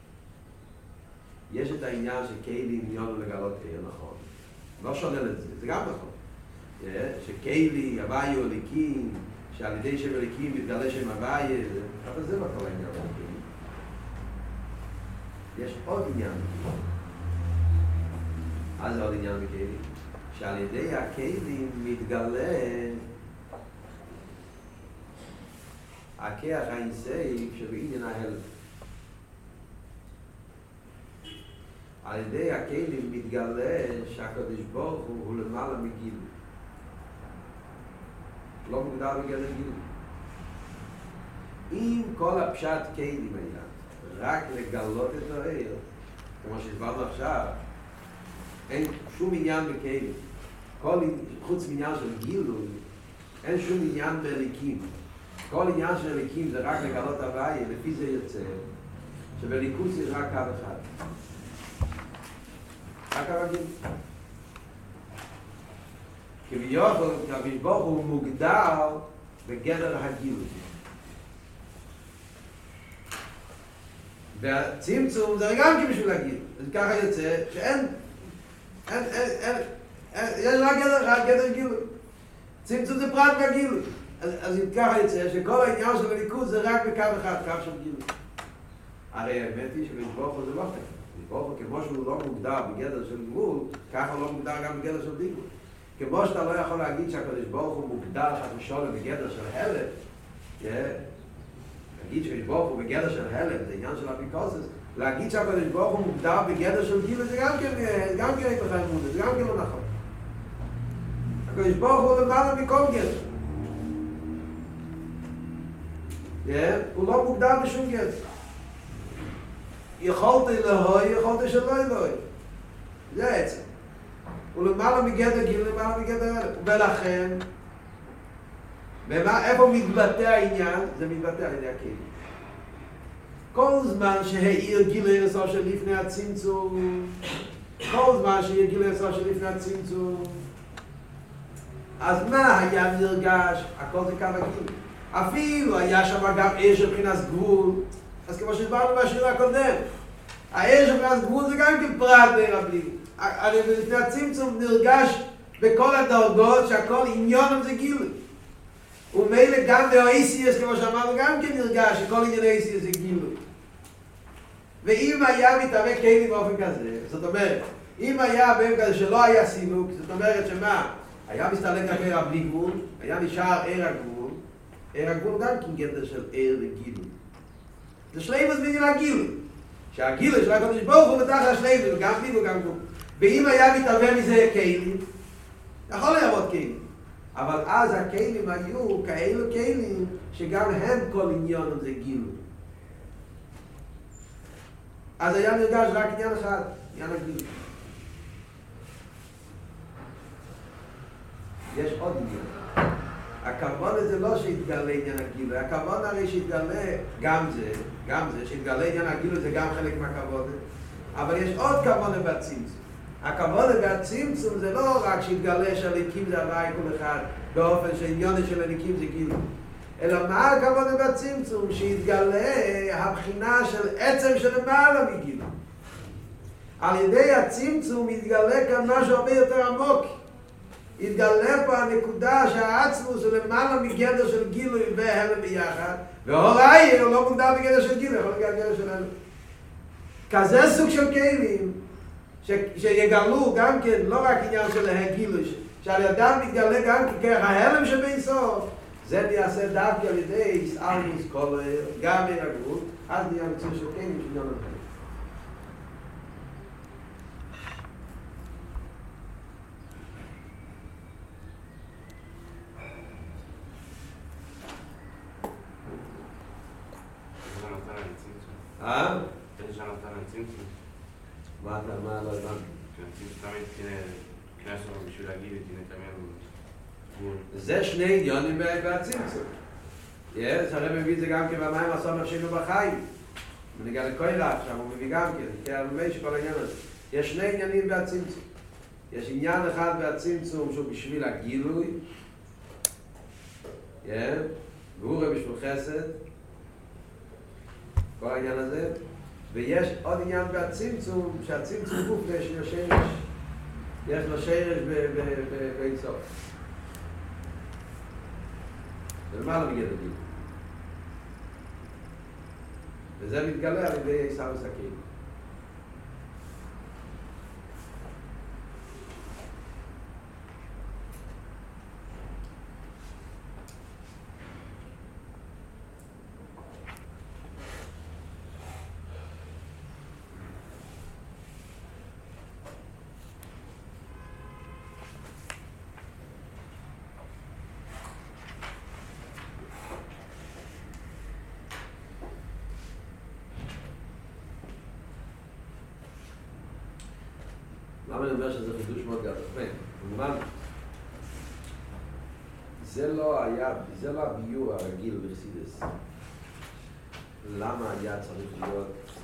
יש את העניין שכלים עניון לגלות עיר, נכון. לא שולל את זה, זה גם נכון. שכלי, הוואי הוא אליקים, שעל ידי שם אליקים מתגלה שם הוואי, אבל זה לא כל העניין בכלים. יש עוד עניין. אז זה עוד עניין בכלים. שעל ידי הכלים מתגלה הכיח האינסייף שבעניין ההלם. על ידי הכלים מתגלה שהקדוש ברוך הוא למעלה מגיל. לא מוגדר בגדר גיל. אם כל הפשט כלים היה רק לגלות את העיר, כמו שהסברנו עכשיו, אין שום עניין בכלים. חוץ מעניין של גילוי, אין שום עניין באליקים. כל עניין של אליקים זה רק לגלות הוואי, לפי זה יוצא, שבליכוס יש רק קו אחד. רק הרגיל. כביכול, הקדוש ברוך הוא מוגדר בגדר הגילוי. והצמצום זה גם בשביל להגיד. אז ככה יוצא שאין, יש רק גדר אחד, גדר גילוי. צמצום זה פרט מהגילוי. אז אם ככה יוצא שכל העניין של הליכוז זה רק בקו אחד, קו של גילוי. הרי האמת היא שקדוש ברוך הוא זה לא ככה. ברוך הוא כמו שהוא לא מוגדר בגדר של גבול, ככה הוא לא מוגדר גם בגדר של דיגול. כמו שאתה לא יכול להגיד שהקדוש ברוך הוא מוגדר חס ושלום בגדר של הלם, להגיד שקדוש ברוך הוא בגדר של הלם, זה עניין של אפיקורסס, להגיד שהקדוש ברוך הוא מוגדר בגדר של גילוי זה גם כן אין לך אמונה, זה גם כן לא נכון. הקדוש ברוך הוא למעלה מכל גדר. הוא לא מוגדר בשום גדר. יכולת אלוהי, יכולת שלא אלוהי. זה עצם. הוא למעלה מגדר גיל, למעלה מגדר הלם. ולכן, איפה מתבטא העניין? זה מתבטא על ידי הכלים. כל זמן שהעיר גיל הרסו של לפני הצמצום, כל זמן שהעיר גיל הרסו של לפני הצמצום, אז מה היה נרגש? הכל זה קו הגיל. אפילו היה שם גם עיר של מבחינת גבול, אז כמו שהסברנו בשיר הקודם, העיר של מבחינת גבול זה גם כפרט בעיר הבלי. הרי לפני הצמצום נרגש בכל הדרגות שהכל עניונם זה גילוי. ומילא גם באויסיאס, כמו שאמרנו, גם כן נרגש שכל עניין אויסיאס זה גילוי. ואם היה מתהווה כלים באופן כזה, זאת אומרת, אם היה באופן כזה שלא היה סילוק, זאת אומרת שמה? היה מסתלק על עיר הבלי גבול, היה נשאר עיר הגבול, עיר הגבול גם כן גדר של עיר וגילוי. זה שלם מזמינים לגילוי. שהגילוי של הקדוש ברוך הוא בתחת השלם, זה גם גילוי וגם גבול. ואם היה מתהווה מזה כלים, יכול לעבוד כלים. אבל אז הכלים היו כאלו כלים שגם הם כל עניון זה גילוי. אז היה נרגש רק עניין אחד, עניין הגילוי. יש עוד עניין. הכוון הזה לא שהתגלה עניין הגילוי, הכוון הרי שהתגלה גם זה, שהתגלה עניין הגילוי זה גם חלק מהכוון, אבל יש עוד כוון בצמצום. הכוון בצמצום זה לא רק שהתגלה שהליקים זה הוואי כל אחד, באופן שעניון של הליקים זה גילוי, אלא מה הכוון בצמצום? שהתגלה הבחינה של עצם של למעלה מגילוי. על ידי הצמצום יתגלה כאן משהו הרבה יותר עמוק. יתגלה פה הנקודה שהעצמוס הוא למעלה מגדר של גילוי והלם ביחד, והוראי הוא לא מוגדר בגדר של גילוי, יכול להיות גדר של הלם. כזה סוג של כלים שיגלו גם כן לא רק עניין של הגילוי, שעל ידם מתגלה גם ככרך ההלם שבאינסוף. זה נעשה דווקא על ידי יסעלמוס כל גם מן הגבול, אז נהיה מצוי של כן משניון אחר. מה לא הבנתי? זה שני עניונים בהצמצום. הרב מביא את זה גם כן במים עשו נפשנו בחיים. ונגיע לקוירח, שם הוא מביא גם כן, כי הרבה שכל העניין הזה. יש שני עניינים בהצמצום. יש עניין אחד בהצמצום שהוא בשביל הגילוי, והוא רב בשביל חסד, כל העניין הזה. ויש עוד עניין בהצמצום, שהצמצום גוף יש לו שרש. יש לו שרש באינסוף. ולמה לא מגיע לגיל? וזה מתגלה על ידי עשיו וסכין. למה אני אומר שזה חידוש מאוד גדול? כמובן, זה לא הביור הרגיל בחסידות. למה היה צריך להיות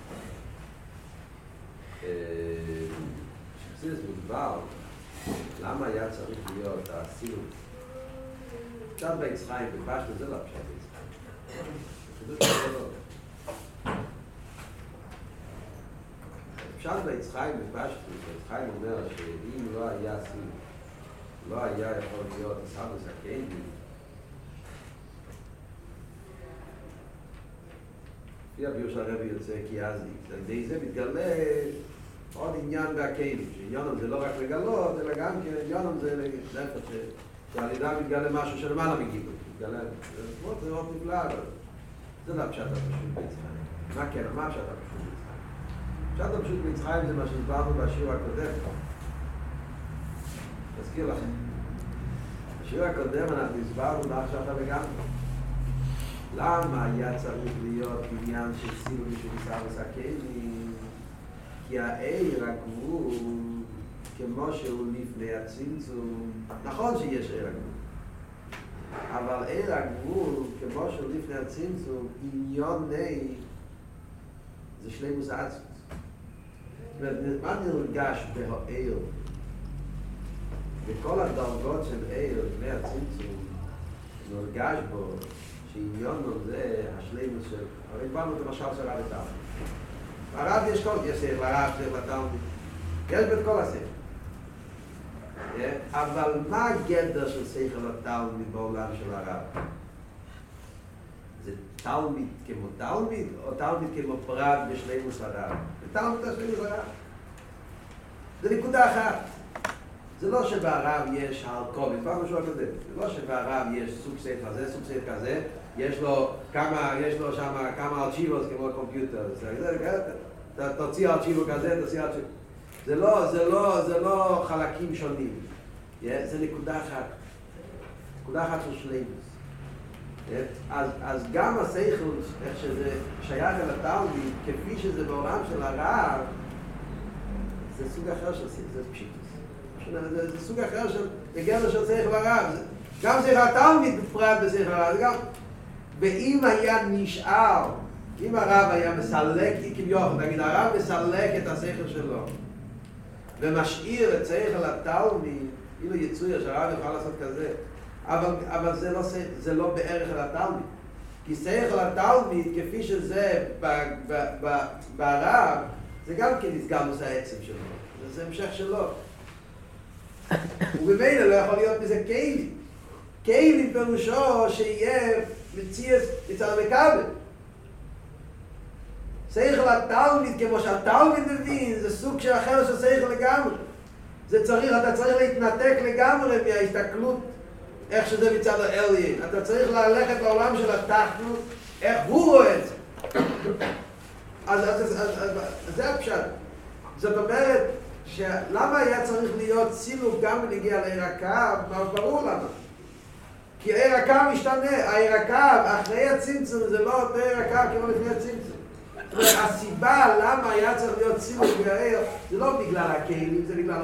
בחסידות מדבר, למה היה צריך להיות הסילום? פשט בעץ חיים, בפשט זה לא פשט בעץ חיים. חידוש מאוד גדול. פשט בעץ חיים בפשט, בעץ חיים אומר שאם לא היה סילום, לא היה יכול להיות עשיו וסכין, לפי הביור של הרבי יוצא כי אז על ידי זה מתגלה עוד עניין בהקיילים, שעניינם זה לא רק לגלות, אלא גם כן עניינם זה להפך שעל ידם מתגלה משהו שלמעלה מגיבו, מתגלה, זה מאוד נפלא, אבל זה לא הפשט הפשוט בעץ חיים. מה כן, מה הפשט הפשוט בעץ חיים? הפשט הפשוט בעץ חיים זה מה שהסברנו בשיעור הקודם. תזכיר לכם. בשיעור הקודם אנחנו הסברנו עכשיו וגם למה היה צריך להיות עניין של סילום בשביל עשיו וסכין? כי העיר הגבול, כמו שהוא לפני הצמצום, נכון שיש עיר הגבול, אבל עיר הגבול, כמו שהוא לפני הצמצום, עניוני זה שלמוס העצמוס. זאת אומרת, מה נרגש בעיר? בכל הדרגות של עיר לפני הצמצום, נרגש בו שעניון זה השלימוס של... הרי באנו את המשל של רב ותלמיד. הרב יש כל... יש שכל לרב, שכל לתלמיד. יש בית כל השכל. אבל מה הגדר של שכל לתלמיד בעולם של הרב? זה תלמיד כמו תלמיד, או תלמיד כמו פרט בשלימוס הרב? זה תלמיד השלימוס הרב. זה נקודה אחת. זה לא שבערב יש הרכובת, פעם משהו הקודם. זה לא שבערב יש סוג סט כזה, סוג סט כזה, יש לו שם כמה ארצ'יבוס כמו קומפיוטר. תוציא ארצ'יבו כזה, תוציא ארצ'יבו. זה לא חלקים שונים. זה נקודה אחת. נקודה אחת של שלימוס. אז גם השכל, איך שזה שייך אל התלמיד, כפי שזה בעולם של הרב, זה סוג אחר של שכל, זה פשיטוס. זה סוג אחר של גדר של שכל הרב. גם שכל התלמיד בפרט בשכל הרב. ואם היה נשאר, אם הרב היה מסלק, כביכול, נגיד הרב מסלק את השכל שלו ומשאיר את שכל התלמיד, אילו יצויר שהרב יוכל לעשות כזה, אבל זה לא בערך על התלמיד. כי שכל התלמיד, כפי שזה ברב, זה גם כן נסגמוס העצם שלו. זה המשך שלו. ובמילא לא יכול להיות מזה כלים. כלים פירושו שיהיה מציאס מצד המקבל. שכל התלמיד, כמו שהתלמיד מבין, זה סוג של אחר של שכל לגמרי. אתה צריך להתנתק לגמרי מההסתכלות איך שזה מצד האליין. אתה צריך ללכת לעולם של התחתות, איך הוא רואה את זה. אז זה הפשט. זאת אומרת, למה היה צריך להיות צילוב גם בנגיע לעיר הקו? ברור למה. כי עיר הקו משתנה. העיר הקו אחרי הצמצום זה לא אותו עיר הקו כמו לפני הצמצום. הסיבה למה היה צריך להיות צילוב בעיר זה לא בגלל הכלים, זה בגלל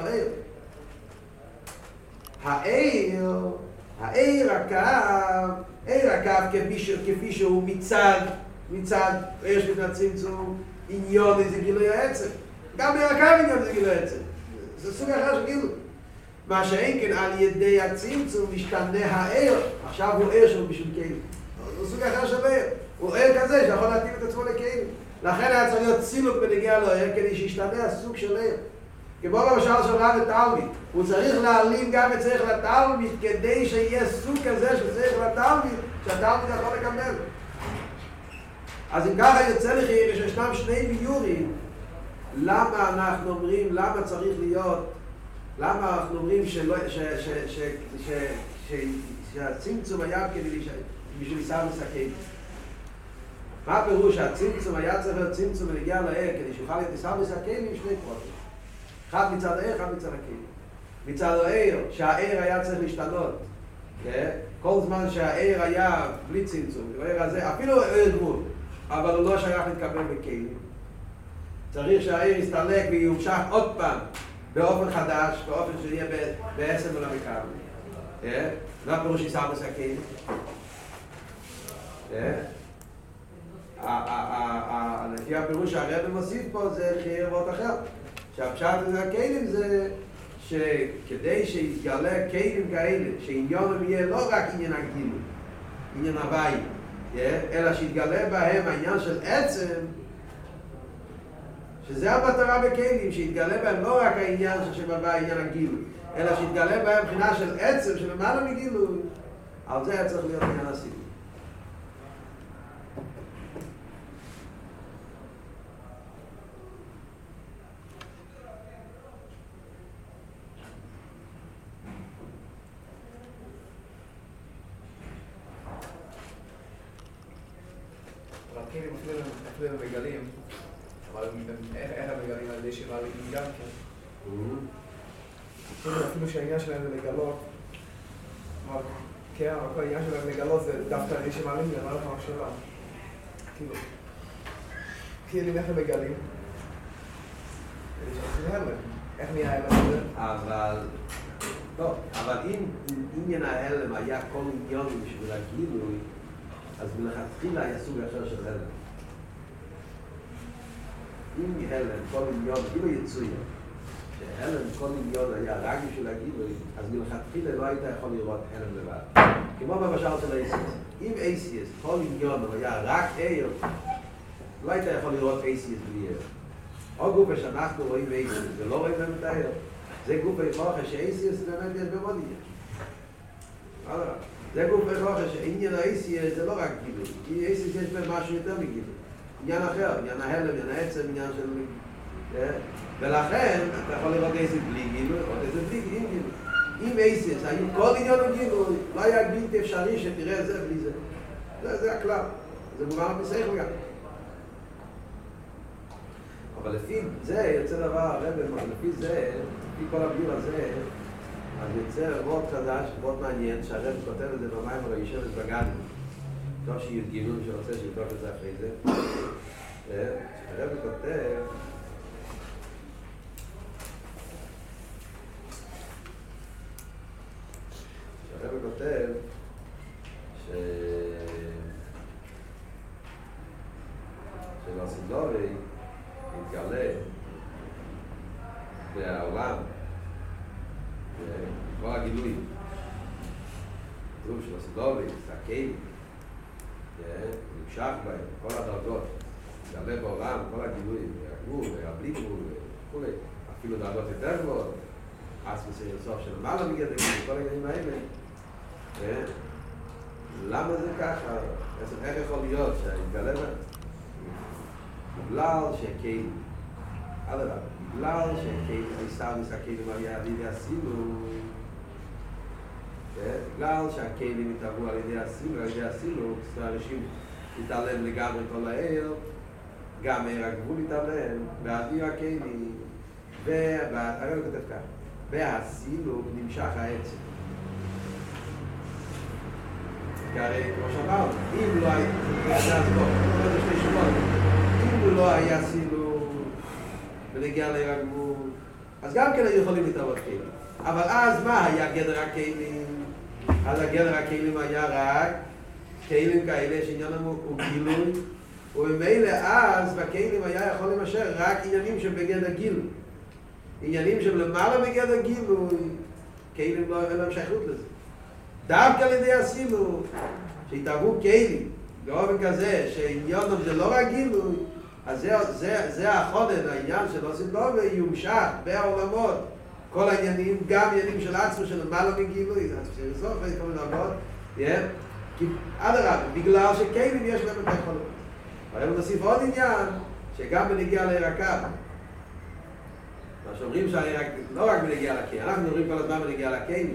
העיר. העיר הקו כפי שהוא מצד עיר של הצמצום עניון איזה גילוי העצם. גם בעיר הקו עניון איזה גילוי העצם. זה סוג אחר של גילוי. מה שאין כן על ידי הצמצום משתנה העיר. עכשיו הוא עיר שלו בשביל כלים. זה סוג אחר של עיר. הוא עיר כזה שיכול להתאים את עצמו לכלים. לכן היה צריך להיות צילוק בנגיע לעיר כדי שישתנה הסוג של עיר. כמו למשל של רב ותלמיד, הוא צריך להעלים גם את צריך לתלמיד כדי שיהיה סוג כזה שצריך לתלמיד, שהתלמיד יכול לקבל. אז אם ככה יוצא לכם שישנם שני ביורים, למה אנחנו אומרים, למה צריך להיות, למה אנחנו אומרים שהצמצום היה כדי בשביל ישראל מסכם. מה הפירוש שהצמצום היה צריך להיות צמצום ונגיע לעיר כדי שיוכל להיות ישראל מסכם עם שני פרוטים. אחד מצד העיר, אחד מצד הכלים. מצד העיר, שהעיר היה צריך להשתנות. כל זמן שהעיר היה בלי צמצום, העיר הזה, אפילו עיר גבול, אבל הוא לא שייך להתקבל בכלים. צריך שהעיר יסתלק ויומשך עוד פעם באופן חדש, באופן שיהיה בעצם ולמקבל. מה פירוש ישראל מסכם? לפי הפירוש שהרב מוסיף פה זה חייר ועוד אחר. שהפשט הזה הכלים זה שכדי שיתגלה כלים כאלה, שעניונם יהיה לא רק עניין הגילוי, עניין הוואי, אלא שיתגלה בהם העניין של עצם, שזה המטרה בכלים, שיתגלה בהם לא רק העניין של הוואי, עניין הגילוי, אלא שיתגלה בהם בחינה של עצם, של למעלה מגילוי, על זה היה צריך להיות עניין הסיבוב. אפילו הם מגלים, אבל איך הם מגלים על ידי שמעלים גם כן. אפילו שהעניין שלהם זה לגלות, כן, אבל כל העניין שלהם לגלות זה דווקא על ידי שמעלים זה אמר לך מחשבה. כאילו איך הם מגלים? כדי שעושים הלם. איך נהיה הלם הזה? אבל אם עניין ההלם היה כל עניון בשביל הגילוי, אז מלכתחילה היה סוג אחר של הלם. אם הלם, כל עניון, כאילו יצויה, שהלם, כל עניון היה רק בשביל הגילוי, אז מלכתחילה לא היית יכול לראות הלם לבד. כמו במשל של אייסיס. אם אייסיס, כל עניון היה רק עיר, לא היית יכול לראות אייסיס בלי עיר. או גופה שאנחנו רואים אייסיס ולא רואים להם את העיר, זה גופה יפוחה שאייסיס באמת יש במוד עניין. זה גוף בכוחה שעניין האיסי זה לא רק גילוי, כי האיסי יש בהם משהו יותר מגילוי. עניין אחר, עניין ההלם, עניין העצם, עניין של... ולכן אתה יכול לראות איסי בלי גילוי, או איסי בלי גילוי. אם איסי, היו כל עניין הגילוי, לא היה בלתי אפשרי שתראה זה בלי זה. זה הכלל. זה מובן בשכל גם. אבל לפי זה יוצא דבר הרבה, לפי זה, לפי כל הביור הזה, אז יוצא מאוד חדש, מאוד מעניין, שהרב כותב את זה במים הראשון בגן, טוב שיתגינו שרוצה שיבדוק את זה אחרי זה. הרב כותב, שלסדורי יתגלה בעולם כל הגילויים. כתוב של הסדורי, סקי, נמשך בהם, כל הדרגות, יתגלה בעולם, כל הגילויים, הגבול, הבלי גבול וכו', אפילו דרגות יותר גבוהות, עץ מסיר סוף של מעלה מגיע לגבול, כל הגילויים האלה. למה זה ככה? איך יכול להיות שהתגלה בהם? בגלל שכאילו אדרבה, בגלל שהסתלבוס הכלים היה על ידי הסילוק, בגלל שהכלים התהוו על ידי הסילוק, זאת אומרת, אנשים התעלם לגמרי כל העיר, גם עיר הגבול התעלם, והאוויר הכלים, הרי הוא כותב כך, והסילוק נמשך העצם. כי הרי, כמו שאמרנו, אם לא היה סילוק ונגיע לעיר הגבול, אז גם כן היו יכולים להתערבות כלים. אבל אז מה היה גדר הכלים? אז הגדר הכלים היה רק כלים כאלה שעניינם הוא גילוי, ובמילא אז בכלים היה יכול למשל רק עניינים שבגדר גילוי. עניינים שלמעלה מגדר גילוי, כלים לא אין להם שייכות לזה. דווקא על ידי הסילוק, שהתערבו כלים באופן כזה שעניינם זה לא רק גילוי, אז זה החודן, העניין של עושים לא ויומשך בעולמות. כל העניינים, גם עניינים של עצמו של למעלה מגילוי, של סוף וכל מיני עבוד, כי אדרבה, בגלל שכלים יש להם את היכולות. אבל הוא נוסיף עוד עניין, שגם בנגיע לעיר הקו. מה שאומרים לא רק בנגיע לכלים, אנחנו מדברים כל הזמן בנגיע לכלים.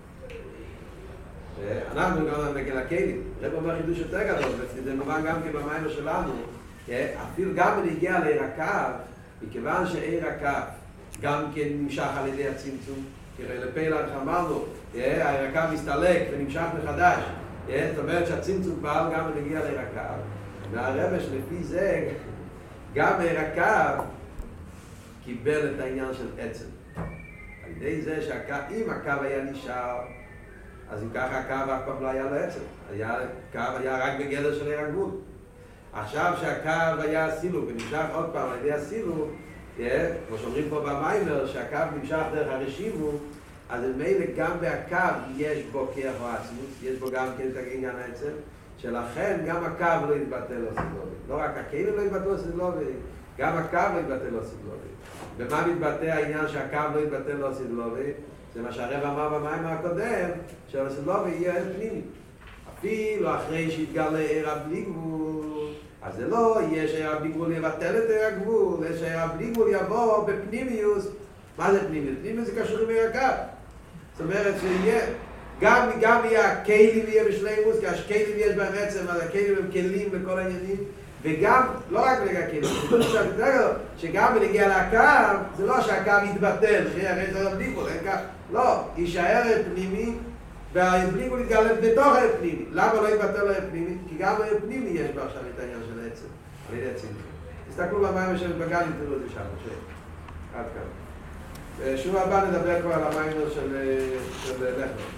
אנחנו גם בנגיע לכלים. זה אומר חידוש יותר גדול, זה מובן גם כי במיימר שלנו, אפילו גם בנגיע לעיר הקו, מכיוון שעיר הקו גם כן נמשך על ידי הצמצום, כי לפעילה אמרנו, הירקה מסתלק ונמשך מחדש, זאת אומרת שהצמצום פעל גם ונגיע לירקה, והרבש לפי זה גם הירקה קיבל את העניין של עצם. על ידי זה שאם הקו היה נשאר, אז אם ככה הקו אף פעם לא היה לו עצם, הקו היה רק בגדר של עיר הגבול. עכשיו שהקו היה סילוק ונמשך עוד פעם על ידי הסילוק, כמו שאומרים פה במיימר, שהקו נמשך דרך הרשימו, אז מילא גם בהקו יש בו כיח או עצמות, יש בו גם כן את העניין העצם, שלכן גם הקו לא יתבטל לו סגלובי. לא רק הכלים לא יתבטל לו סגלובי, גם הקו לא יתבטל לו סגלובי. במה מתבטא העניין שהקו לא יתבטל לו סגלובי? זה מה שהרב אמר במיימר הקודם, שהסגלובי יהיה פנימי. אפילו אחרי שהתגלה עיר הבלי גבול, אז זה לא יהיה שעיר בלי גבול יבטל את עיר הגבול, זה שעיר בלי גבול יבוא בפנימיוס. מה זה פנימיוס? פנימיוס זה קשור עם עיר הקו. זאת אומרת שיהיה, גם יהיה הכלים יהיה בשלימוס, כי הכלים יש בהם עצם, אז הכלים הם כלים בכל העניינים, וגם, לא רק בנגיע הכלים, שגם בנגיע לקו, זה לא שהקו יתבטל, הרי זה בלי גבול, לא, יישאר פנימי, והבלי גבול יתגלה בתוך הפנימי. למה לא יתבטל הפנימי? כי גם הפנימי יש בה עכשיו את העניין של העצם, על ידי הצמצום. תסתכלו למים של בגלים, תראו את זה שם, עד כאן. בשבוע הבא נדבר כבר על המיימר של לכנר.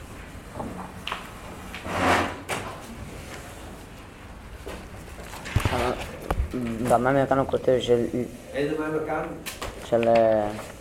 במיימר כאן הוא כותב של... איזה מיימר כאן? של...